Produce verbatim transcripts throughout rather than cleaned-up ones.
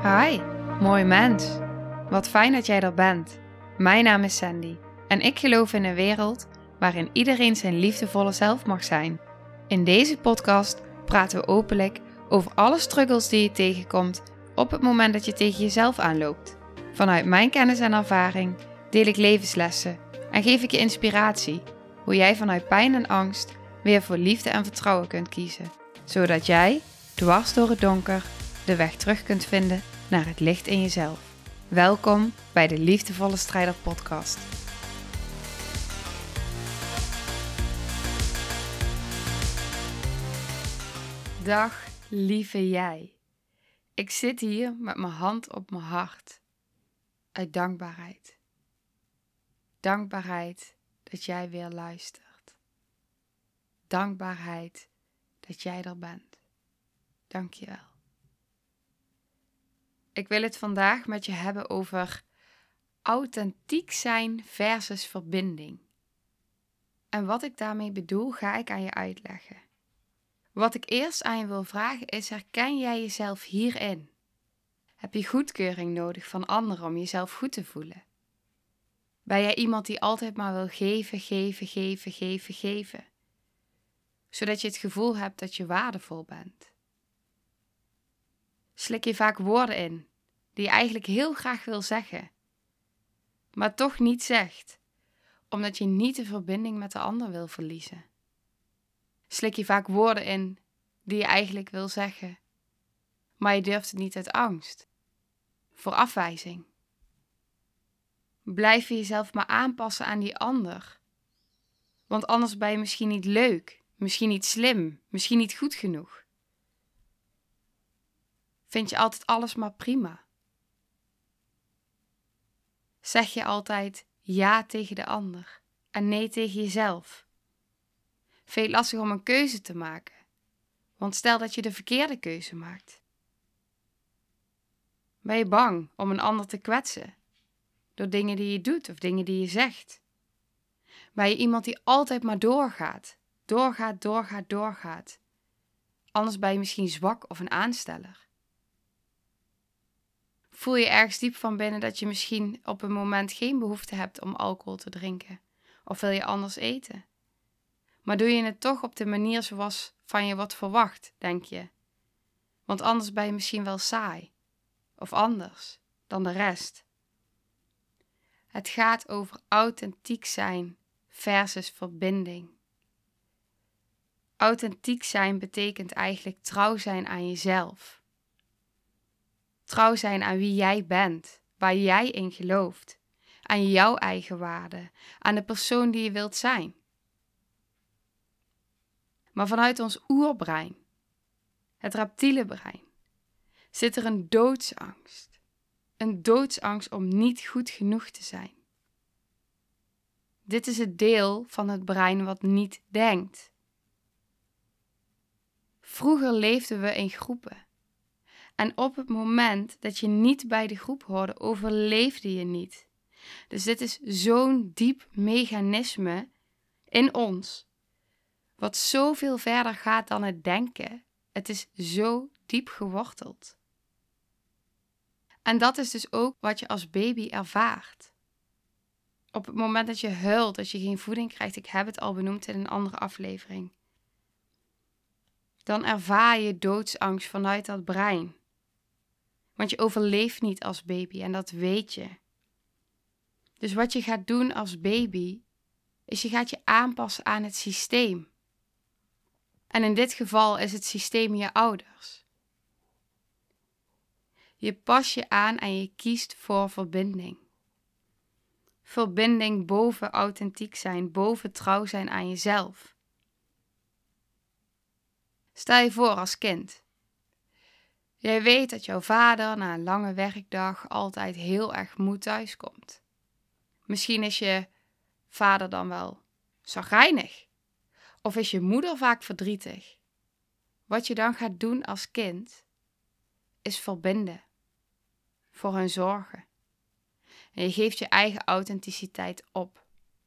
Hi, mooi mens. Wat fijn dat jij er bent. Mijn naam is Sandy en ik geloof in een wereld waarin iedereen zijn liefdevolle zelf mag zijn. In deze podcast praten we openlijk over alle struggles die je tegenkomt op het moment dat je tegen jezelf aanloopt. Vanuit mijn kennis en ervaring deel ik levenslessen en geef ik je inspiratie hoe jij vanuit pijn en angst weer voor liefde en vertrouwen kunt kiezen. Zodat jij, dwars door het donker, de weg terug kunt vinden naar het licht in jezelf. Welkom bij de Liefdevolle Strijder podcast. Dag lieve jij. Ik zit hier met mijn hand op mijn hart. Uit dankbaarheid. Dankbaarheid dat jij weer luistert. Dankbaarheid dat jij er bent. Dank je wel. Ik wil het vandaag met je hebben over authentiek zijn versus verbinding. En wat ik daarmee bedoel, ga ik aan je uitleggen. Wat ik eerst aan je wil vragen is, herken jij jezelf hierin? Heb je goedkeuring nodig van anderen om jezelf goed te voelen? Ben jij iemand die altijd maar wil geven, geven, geven, geven, geven? Zodat je het gevoel hebt dat je waardevol bent. Slik je vaak woorden in, die je eigenlijk heel graag wil zeggen, maar toch niet zegt, omdat je niet de verbinding met de ander wil verliezen. Slik je vaak woorden in, die je eigenlijk wil zeggen, maar je durft het niet uit angst, voor afwijzing. Blijf je jezelf maar aanpassen aan die ander, want anders ben je misschien niet leuk, misschien niet slim, misschien niet goed genoeg. Vind je altijd alles maar prima? Zeg je altijd ja tegen de ander en nee tegen jezelf? Vind je het lastig om een keuze te maken? Want stel dat je de verkeerde keuze maakt. Ben je bang om een ander te kwetsen? Door dingen die je doet of dingen die je zegt? Ben je iemand die altijd maar doorgaat? Doorgaat, doorgaat, doorgaat. Anders ben je misschien zwak of een aansteller. Voel je ergens diep van binnen dat je misschien op een moment geen behoefte hebt om alcohol te drinken? Of wil je anders eten? Maar doe je het toch op de manier zoals van je wordt verwacht, denk je? Want anders ben je misschien wel saai. Of anders dan de rest. Het gaat over authentiek zijn versus verbinding. Authentiek zijn betekent eigenlijk trouw zijn aan jezelf. Trouw zijn aan wie jij bent, waar jij in gelooft, aan jouw eigen waarde, aan de persoon die je wilt zijn. Maar vanuit ons oerbrein, het reptiele brein, zit er een doodsangst. Een doodsangst om niet goed genoeg te zijn. Dit is het deel van het brein wat niet denkt. Vroeger leefden we in groepen. En op het moment dat je niet bij de groep hoorde, overleefde je niet. Dus dit is zo'n diep mechanisme in ons, wat zoveel verder gaat dan het denken. Het is zo diep geworteld. En dat is dus ook wat je als baby ervaart. Op het moment dat je huilt, dat je geen voeding krijgt, ik heb het al benoemd in een andere aflevering, dan ervaar je doodsangst vanuit dat brein. Want je overleeft niet als baby en dat weet je. Dus wat je gaat doen als baby, is je gaat je aanpassen aan het systeem. En in dit geval is het systeem je ouders. Je past je aan en je kiest voor verbinding. Verbinding boven authentiek zijn, boven trouw zijn aan jezelf. Stel je voor als kind. Jij weet dat jouw vader na een lange werkdag altijd heel erg moe thuiskomt. Misschien is je vader dan wel chagrijnig. Of is je moeder vaak verdrietig. Wat je dan gaat doen als kind, is verbinden. Voor hun zorgen. En je geeft je eigen authenticiteit op.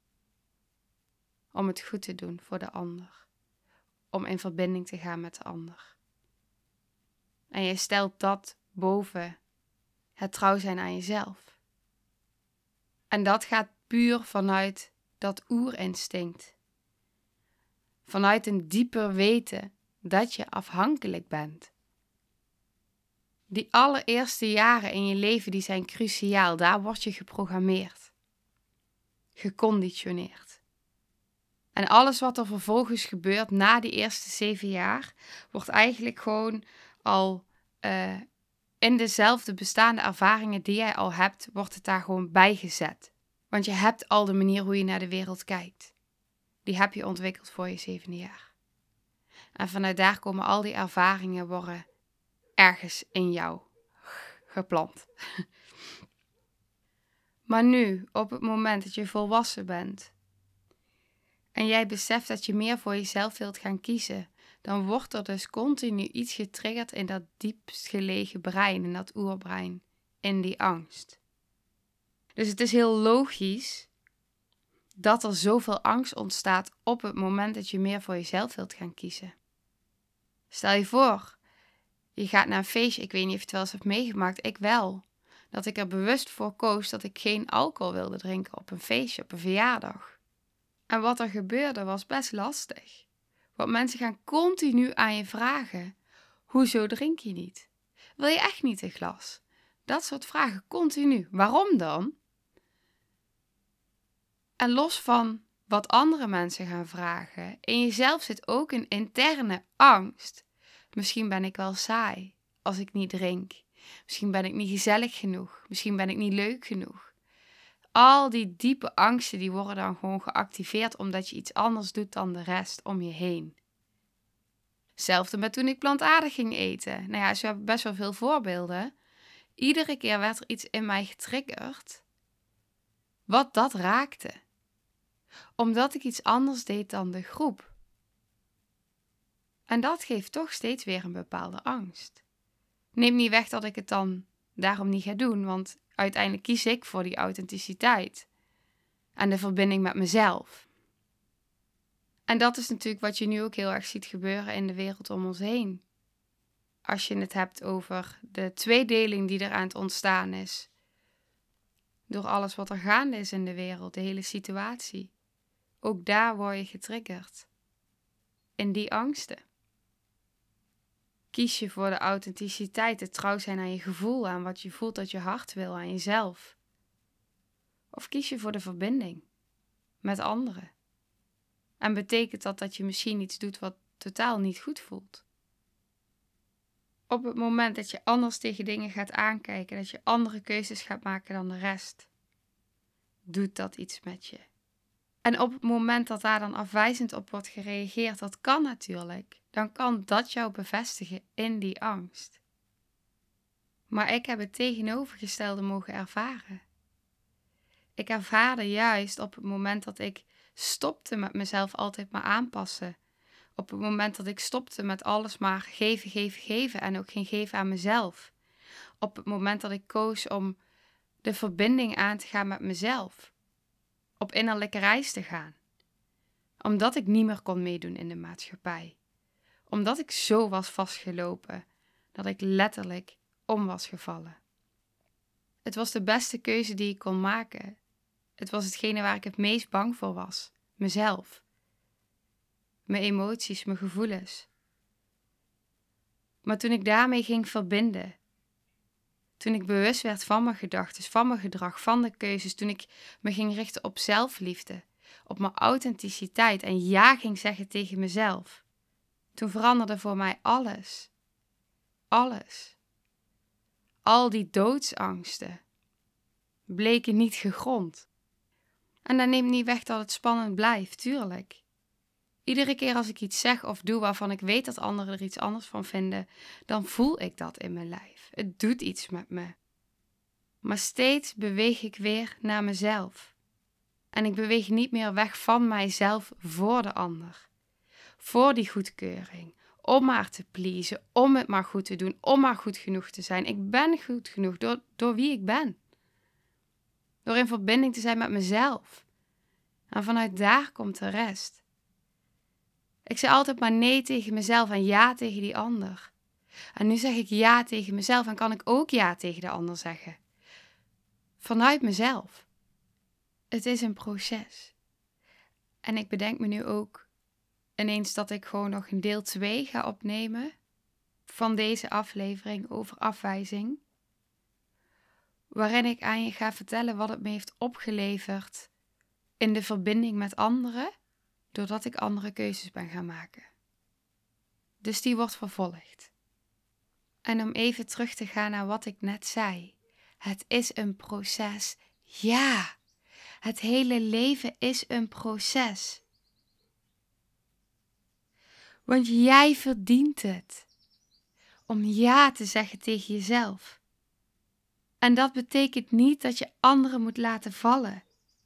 Om het goed te doen voor de ander. Om in verbinding te gaan met de ander. En je stelt dat boven het trouw zijn aan jezelf. En dat gaat puur vanuit dat oerinstinct. Vanuit een dieper weten dat je afhankelijk bent. Die allereerste jaren in je leven die zijn cruciaal. Daar word je geprogrammeerd. Geconditioneerd. En alles wat er vervolgens gebeurt na die eerste zeven jaar, wordt eigenlijk gewoon al uh, in dezelfde bestaande ervaringen die jij al hebt, wordt het daar gewoon bijgezet. Want je hebt al de manier hoe je naar de wereld kijkt. Die heb je ontwikkeld voor je zevende jaar. En vanuit daar komen al die ervaringen worden ergens in jou geplant. Maar nu, op het moment dat je volwassen bent en jij beseft dat je meer voor jezelf wilt gaan kiezen, dan wordt er dus continu iets getriggerd in dat diepst gelegen brein, in dat oerbrein, in die angst. Dus het is heel logisch dat er zoveel angst ontstaat op het moment dat je meer voor jezelf wilt gaan kiezen. Stel je voor, je gaat naar een feestje, ik weet niet of je het wel eens hebt meegemaakt, ik wel. Dat ik er bewust voor koos dat ik geen alcohol wilde drinken op een feestje, op een verjaardag. En wat er gebeurde was best lastig. Want mensen gaan continu aan je vragen, hoezo drink je niet? Wil je echt niet een glas? Dat soort vragen, continu. Waarom dan? En los van wat andere mensen gaan vragen, in jezelf zit ook een interne angst. Misschien ben ik wel saai als ik niet drink. Misschien ben ik niet gezellig genoeg. Misschien ben ik niet leuk genoeg. Al die diepe angsten die worden dan gewoon geactiveerd omdat je iets anders doet dan de rest om je heen. Hetzelfde met toen ik plantaardig ging eten. Nou ja, zo heb ik best wel veel voorbeelden. Iedere keer werd er iets in mij getriggerd wat dat raakte. Omdat ik iets anders deed dan de groep. En dat geeft toch steeds weer een bepaalde angst. Neem niet weg dat ik het dan daarom niet ga doen, want uiteindelijk kies ik voor die authenticiteit en de verbinding met mezelf. En dat is natuurlijk wat je nu ook heel erg ziet gebeuren in de wereld om ons heen. Als je het hebt over de tweedeling die er aan het ontstaan is. Door alles wat er gaande is in de wereld, de hele situatie. Ook daar word je getriggerd. In die angsten. Kies je voor de authenticiteit, het trouw zijn aan je gevoel, aan wat je voelt dat je hart wil, aan jezelf? Of kies je voor de verbinding met anderen? En betekent dat dat je misschien iets doet wat totaal niet goed voelt? Op het moment dat je anders tegen dingen gaat aankijken, dat je andere keuzes gaat maken dan de rest, doet dat iets met je. En op het moment dat daar dan afwijzend op wordt gereageerd, dat kan natuurlijk, dan kan dat jou bevestigen in die angst. Maar ik heb het tegenovergestelde mogen ervaren. Ik ervaarde juist op het moment dat ik stopte met mezelf altijd maar aanpassen. Op het moment dat ik stopte met alles maar geven, geven, geven en ook ging geven aan mezelf. Op het moment dat ik koos om de verbinding aan te gaan met mezelf. Op innerlijke reis te gaan. Omdat ik niet meer kon meedoen in de maatschappij. Omdat ik zo was vastgelopen dat ik letterlijk om was gevallen. Het was de beste keuze die ik kon maken. Het was hetgene waar ik het meest bang voor was. Mezelf. Mijn emoties, mijn gevoelens. Maar toen ik daarmee ging verbinden. Toen ik bewust werd van mijn gedachten, van mijn gedrag, van de keuzes. Toen ik me ging richten op zelfliefde. Op mijn authenticiteit en ja ging zeggen tegen mezelf. Toen veranderde voor mij alles. Alles. Al die doodsangsten bleken niet gegrond. En dat neemt niet weg dat het spannend blijft, tuurlijk. Iedere keer als ik iets zeg of doe waarvan ik weet dat anderen er iets anders van vinden, dan voel ik dat in mijn lijf. Het doet iets met me. Maar steeds beweeg ik weer naar mezelf. En ik beweeg niet meer weg van mijzelf voor de ander. Voor die goedkeuring. Om maar te pleasen, om het maar goed te doen, om maar goed genoeg te zijn. Ik ben goed genoeg door, door wie ik ben. Door in verbinding te zijn met mezelf. En vanuit daar komt de rest. Ik zei altijd maar nee tegen mezelf en ja tegen die ander. En nu zeg ik ja tegen mezelf en kan ik ook ja tegen de ander zeggen. Vanuit mezelf. Het is een proces. En ik bedenk me nu ook ineens dat ik gewoon nog een deel twee ga opnemen van deze aflevering over afwijzing. Waarin ik aan je ga vertellen wat het me heeft opgeleverd in de verbinding met anderen, doordat ik andere keuzes ben gaan maken. Dus die wordt vervolgd. En om even terug te gaan naar wat ik net zei. Het is een proces. Ja, het hele leven is een proces. Want jij verdient het om ja te zeggen tegen jezelf. En dat betekent niet dat je anderen moet laten vallen.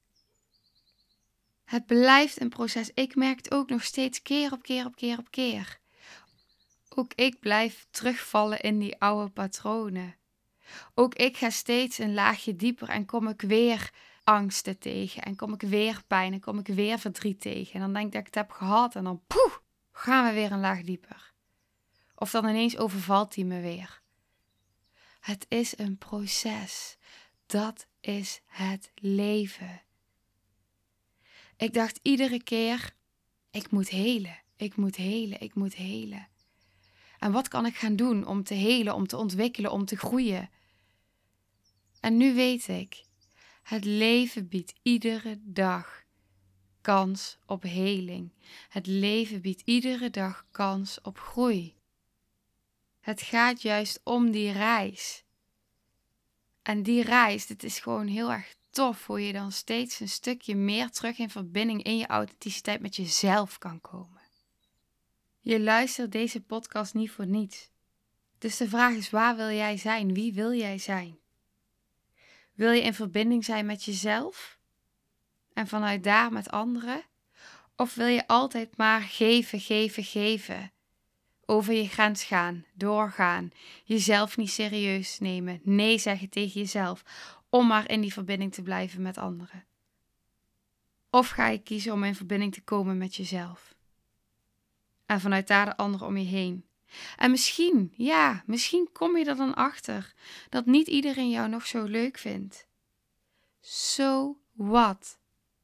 Het blijft een proces. Ik merk het ook nog steeds keer op keer op keer op keer. Ook ik blijf terugvallen in die oude patronen. Ook ik ga steeds een laagje dieper en kom ik weer angsten tegen. En kom ik weer pijn en kom ik weer verdriet tegen. En dan denk ik dat ik het heb gehad en dan poeh, gaan we weer een laag dieper. Of dan ineens overvalt die me weer. Het is een proces. Dat is het leven. Ik dacht iedere keer, ik moet helen, ik moet helen, ik moet helen. En wat kan ik gaan doen om te helen, om te ontwikkelen, om te groeien? En nu weet ik, het leven biedt iedere dag kans op heling. Het leven biedt iedere dag kans op groei. Het gaat juist om die reis. En die reis, dit is gewoon heel erg tof hoe je dan steeds een stukje meer terug in verbinding in je authenticiteit met jezelf kan komen. Je luistert deze podcast niet voor niets. Dus de vraag is, waar wil jij zijn? Wie wil jij zijn? Wil je in verbinding zijn met jezelf? En vanuit daar met anderen? Of wil je altijd maar geven, geven, geven? Over je grens gaan, doorgaan, jezelf niet serieus nemen, nee zeggen tegen jezelf, om maar in die verbinding te blijven met anderen? Of ga je kiezen om in verbinding te komen met jezelf? En vanuit daar de anderen om je heen. En misschien, ja, misschien kom je er dan achter dat niet iedereen jou nog zo leuk vindt. So what?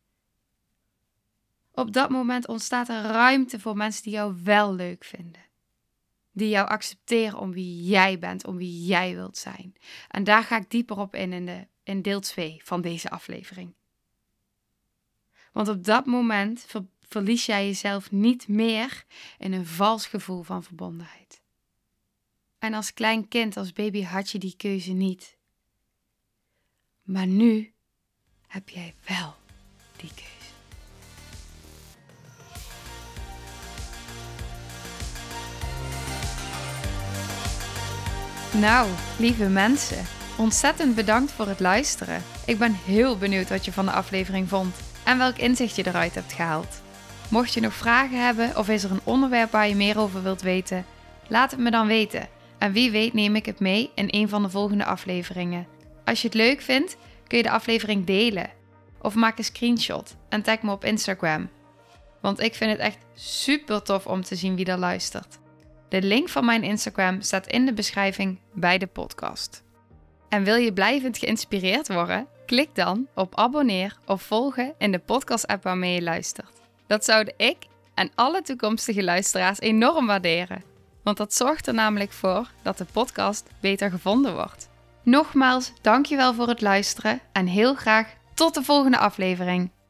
Op dat moment ontstaat er ruimte voor mensen die jou wel leuk vinden. Die jou accepteren om wie jij bent, om wie jij wilt zijn. En daar ga ik dieper op in in, de, in deel twee van deze aflevering. Want op dat moment ver, verlies jij jezelf niet meer in een vals gevoel van verbondenheid. En als klein kind, als baby had je die keuze niet. Maar nu heb jij wel die keuze. Nou, lieve mensen, ontzettend bedankt voor het luisteren. Ik ben heel benieuwd wat je van de aflevering vond en welk inzicht je eruit hebt gehaald. Mocht je nog vragen hebben of is er een onderwerp waar je meer over wilt weten, laat het me dan weten. En wie weet neem ik het mee in een van de volgende afleveringen. Als je het leuk vindt, kun je de aflevering delen. Of maak een screenshot en tag me op Instagram. Want ik vind het echt super tof om te zien wie er luistert. De link van mijn Instagram staat in de beschrijving bij de podcast. En wil je blijvend geïnspireerd worden? Klik dan op abonneer of volgen in de podcast-app waarmee je luistert. Dat zouden ik en alle toekomstige luisteraars enorm waarderen. Want dat zorgt er namelijk voor dat de podcast beter gevonden wordt. Nogmaals, dankjewel voor het luisteren en heel graag tot de volgende aflevering.